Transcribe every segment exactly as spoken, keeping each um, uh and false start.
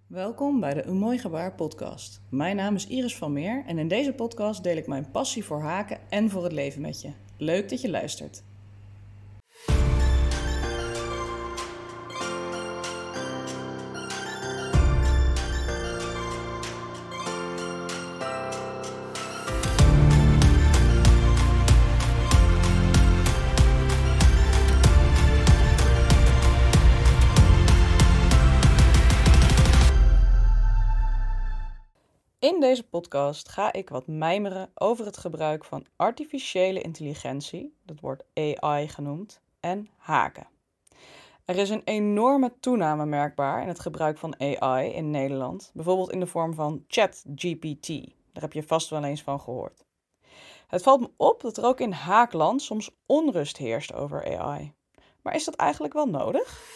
Welkom bij de Een Mooi Gebaar podcast. Mijn naam is Iris van Meer en in deze podcast deel ik mijn passie voor haken en voor het leven met je. Leuk dat je luistert. In deze podcast ga ik wat mijmeren over het gebruik van artificiële intelligentie, dat wordt A I genoemd, en haken. Er is een enorme toename merkbaar in het gebruik van A I in Nederland, bijvoorbeeld in de vorm van ChatGPT. Daar heb je vast wel eens van gehoord. Het valt me op dat er ook in haakland soms onrust heerst over A I. Maar is dat eigenlijk wel nodig?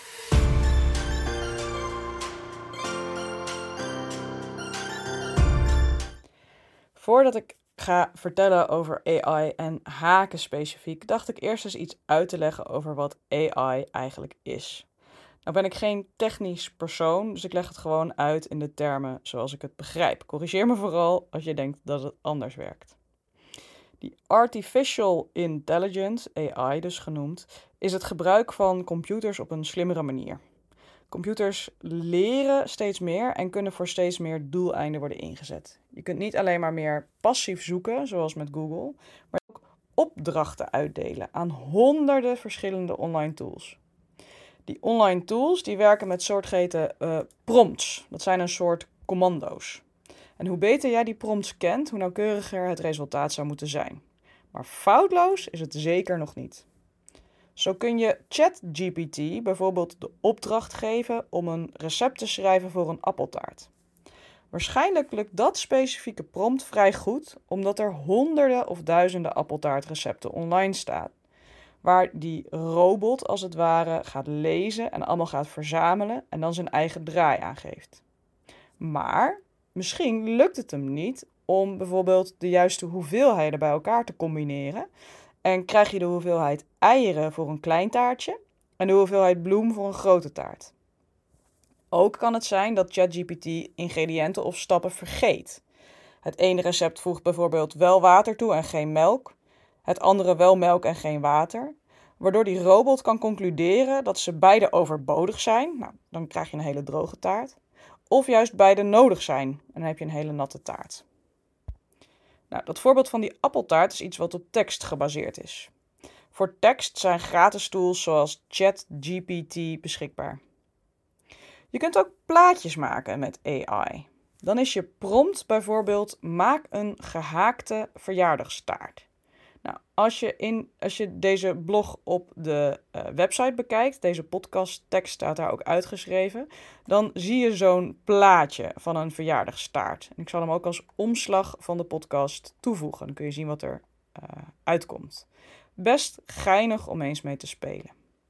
Voordat ik ga vertellen over A I en haken specifiek, dacht ik eerst eens iets uit te leggen over wat A I eigenlijk is. Nou ben ik geen technisch persoon, dus ik leg het gewoon uit in de termen zoals ik het begrijp. Corrigeer me vooral als je denkt dat het anders werkt. Die artificial intelligence, A I dus genoemd, is het gebruik van computers op een slimmere manier. Computers leren steeds meer en kunnen voor steeds meer doeleinden worden ingezet. Je kunt niet alleen maar meer passief zoeken, zoals met Google, maar ook opdrachten uitdelen aan honderden verschillende online tools. Die online tools die werken met soortgeheten uh, prompts. Dat zijn een soort commando's. En hoe beter jij die prompts kent, hoe nauwkeuriger het resultaat zou moeten zijn. Maar foutloos is het zeker nog niet. Zo kun je ChatGPT bijvoorbeeld de opdracht geven om een recept te schrijven voor een appeltaart. Waarschijnlijk lukt dat specifieke prompt vrij goed, omdat er honderden of duizenden appeltaartrecepten online staan, waar die robot als het ware gaat lezen en allemaal gaat verzamelen en dan zijn eigen draai aangeeft. Maar misschien lukt het hem niet om bijvoorbeeld de juiste hoeveelheden bij elkaar te combineren. En krijg je de hoeveelheid eieren voor een klein taartje en de hoeveelheid bloem voor een grote taart. Ook kan het zijn dat ChatGPT ingrediënten of stappen vergeet. Het ene recept voegt bijvoorbeeld wel water toe en geen melk. Het andere wel melk en geen water. Waardoor die robot kan concluderen dat ze beide overbodig zijn. Nou, dan krijg je een hele droge taart. Of juist beide nodig zijn en dan heb je een hele natte taart. Nou, dat voorbeeld van die appeltaart is iets wat op tekst gebaseerd is. Voor tekst zijn gratis tools zoals ChatGPT beschikbaar. Je kunt ook plaatjes maken met A I. Dan is je prompt bijvoorbeeld: maak een gehaakte verjaardagstaart. Nou, als je, in, als je deze blog op de uh, website bekijkt, deze podcasttekst staat daar ook uitgeschreven, dan zie je zo'n plaatje van een verjaardagstaart. En ik zal hem ook als omslag van de podcast toevoegen. Dan kun je zien wat er uh, uitkomt. Best geinig om eens mee te spelen.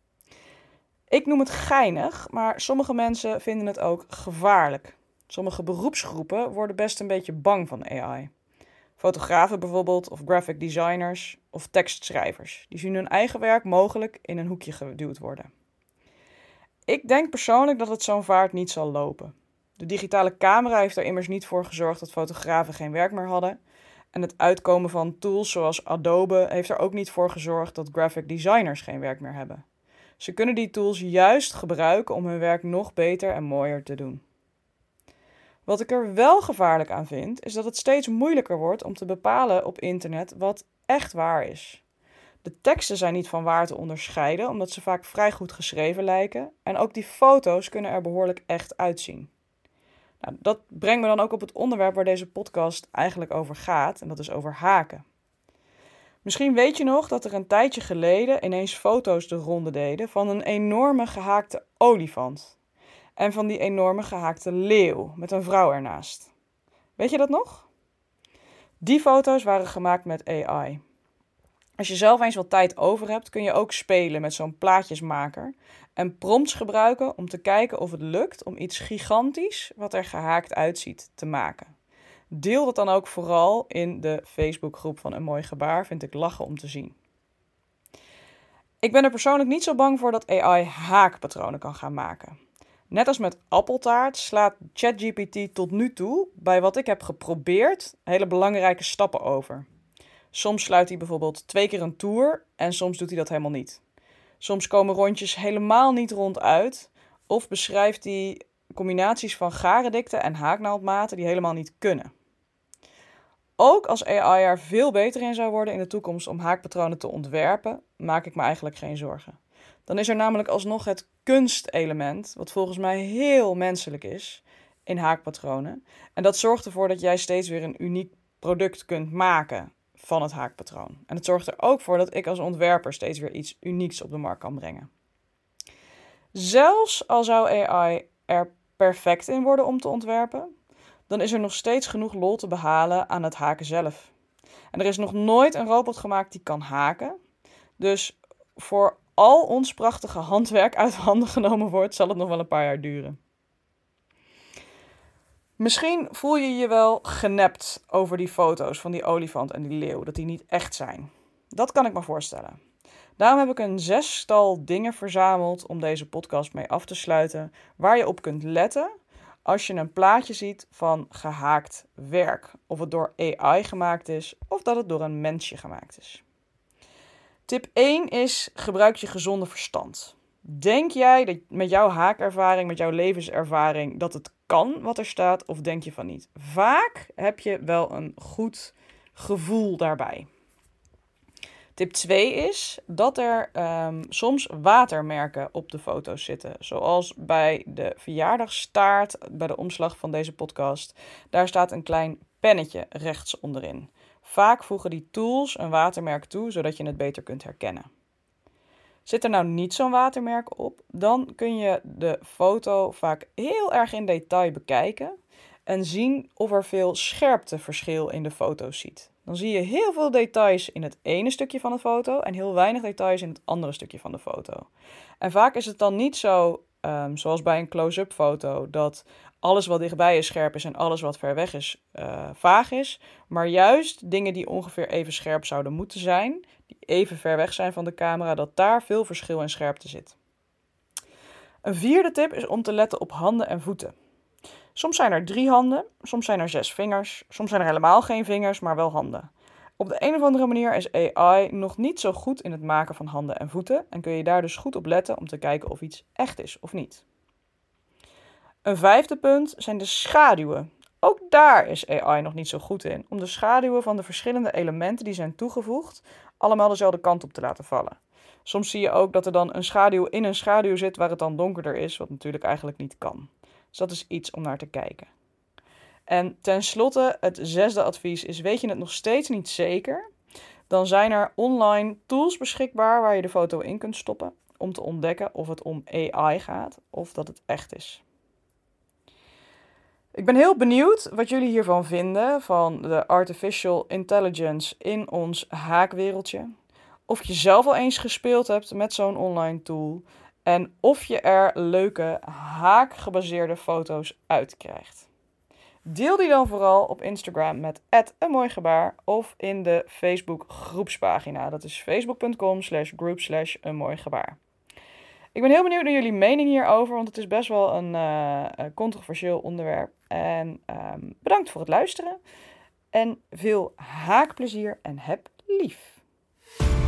Ik noem het geinig, maar sommige mensen vinden het ook gevaarlijk. Sommige beroepsgroepen worden best een beetje bang van A I. Fotografen bijvoorbeeld, of graphic designers, of tekstschrijvers. Die zien hun eigen werk mogelijk in een hoekje geduwd worden. Ik denk persoonlijk dat het zo'n vaart niet zal lopen. De digitale camera heeft er immers niet voor gezorgd dat fotografen geen werk meer hadden. En het uitkomen van tools zoals Adobe heeft er ook niet voor gezorgd dat graphic designers geen werk meer hebben. Ze kunnen die tools juist gebruiken om hun werk nog beter en mooier te doen. Wat ik er wel gevaarlijk aan vind, is dat het steeds moeilijker wordt om te bepalen op internet wat echt waar is. De teksten zijn niet van waar te onderscheiden, omdat ze vaak vrij goed geschreven lijken. En ook die foto's kunnen er behoorlijk echt uitzien. Nou, dat brengt me dan ook op het onderwerp waar deze podcast eigenlijk over gaat, en dat is over haken. Misschien weet je nog dat er een tijdje geleden ineens foto's de ronde deden van een enorme gehaakte olifant. En van die enorme gehaakte leeuw met een vrouw ernaast. Weet je dat nog? Die foto's waren gemaakt met A I. Als je zelf eens wat tijd over hebt, kun je ook spelen met zo'n plaatjesmaker en prompts gebruiken om te kijken of het lukt om iets gigantisch, wat er gehaakt uitziet, te maken. Deel dat dan ook vooral in de Facebookgroep van Een Mooi Gebaar, vind ik lachen om te zien. Ik ben er persoonlijk niet zo bang voor dat A I haakpatronen kan gaan maken. Net als met appeltaart slaat ChatGPT tot nu toe bij wat ik heb geprobeerd hele belangrijke stappen over. Soms sluit hij bijvoorbeeld twee keer een toer en soms doet hij dat helemaal niet. Soms komen rondjes helemaal niet ronduit of beschrijft hij combinaties van garendikte en haaknaaldmaten die helemaal niet kunnen. Ook als A I er veel beter in zou worden in de toekomst om haakpatronen te ontwerpen, maak ik me eigenlijk geen zorgen. Dan is er namelijk alsnog het kunstelement, wat volgens mij heel menselijk is, in haakpatronen. En dat zorgt ervoor dat jij steeds weer een uniek product kunt maken van het haakpatroon. En het zorgt er ook voor dat ik als ontwerper steeds weer iets unieks op de markt kan brengen. Zelfs al zou A I er perfect in worden om te ontwerpen, dan is er nog steeds genoeg lol te behalen aan het haken zelf. En er is nog nooit een robot gemaakt die kan haken. Dus voor al ons prachtige handwerk uit handen genomen wordt, zal het nog wel een paar jaar duren. Misschien voel je je wel genept over die foto's van die olifant en die leeuw, dat die niet echt zijn. Dat kan ik me voorstellen. Daarom heb ik een zestal dingen verzameld om deze podcast mee af te sluiten, waar je op kunt letten als je een plaatje ziet van gehaakt werk. Of het door A I gemaakt is of dat het door een mensje gemaakt is. Tip één is: gebruik je gezonde verstand. Denk jij dat met jouw haakervaring, met jouw levenservaring, dat het kan wat er staat, of denk je van niet? Vaak heb je wel een goed gevoel daarbij. Tip twee is dat er um, soms watermerken op de foto's zitten. Zoals bij de verjaardagstaart, bij de omslag van deze podcast. Daar staat een klein pennetje rechts onderin. Vaak voegen die tools een watermerk toe, zodat je het beter kunt herkennen. Zit er nou niet zo'n watermerk op, dan kun je de foto vaak heel erg in detail bekijken en zien of er veel scherpteverschil in de foto's zit. Dan zie je heel veel details in het ene stukje van de foto en heel weinig details in het andere stukje van de foto. En vaak is het dan niet zo, um, zoals bij een close-up foto, dat alles wat dichtbij is scherp is en alles wat ver weg is uh, vaag is. Maar juist dingen die ongeveer even scherp zouden moeten zijn, die even ver weg zijn van de camera, dat daar veel verschil in scherpte zit. Een vierde tip is om te letten op handen en voeten. Soms zijn er drie handen, soms zijn er zes vingers, soms zijn er helemaal geen vingers, maar wel handen. Op de een of andere manier is A I nog niet zo goed in het maken van handen en voeten en kun je daar dus goed op letten om te kijken of iets echt is of niet. Een vijfde punt zijn de schaduwen. Ook daar is A I nog niet zo goed in, om de schaduwen van de verschillende elementen die zijn toegevoegd allemaal dezelfde kant op te laten vallen. Soms zie je ook dat er dan een schaduw in een schaduw zit waar het dan donkerder is, wat natuurlijk eigenlijk niet kan. Dus dat is iets om naar te kijken. En tenslotte, het zesde advies is: weet je het nog steeds niet zeker, dan zijn er online tools beschikbaar waar je de foto in kunt stoppen om te ontdekken of het om A I gaat of dat het echt is. Ik ben heel benieuwd wat jullie hiervan vinden, van de artificial intelligence in ons haakwereldje. Of je zelf al eens gespeeld hebt met zo'n online tool en of je er leuke haakgebaseerde foto's uit krijgt. Deel die dan vooral op Instagram met at een mooi gebaar of in de Facebook groepspagina. Dat is facebook.com slash group slash een mooi gebaar. Ik ben heel benieuwd naar jullie mening hierover, want het is best wel een uh, controversieel onderwerp. En um, bedankt voor het luisteren en veel haakplezier en heb lief.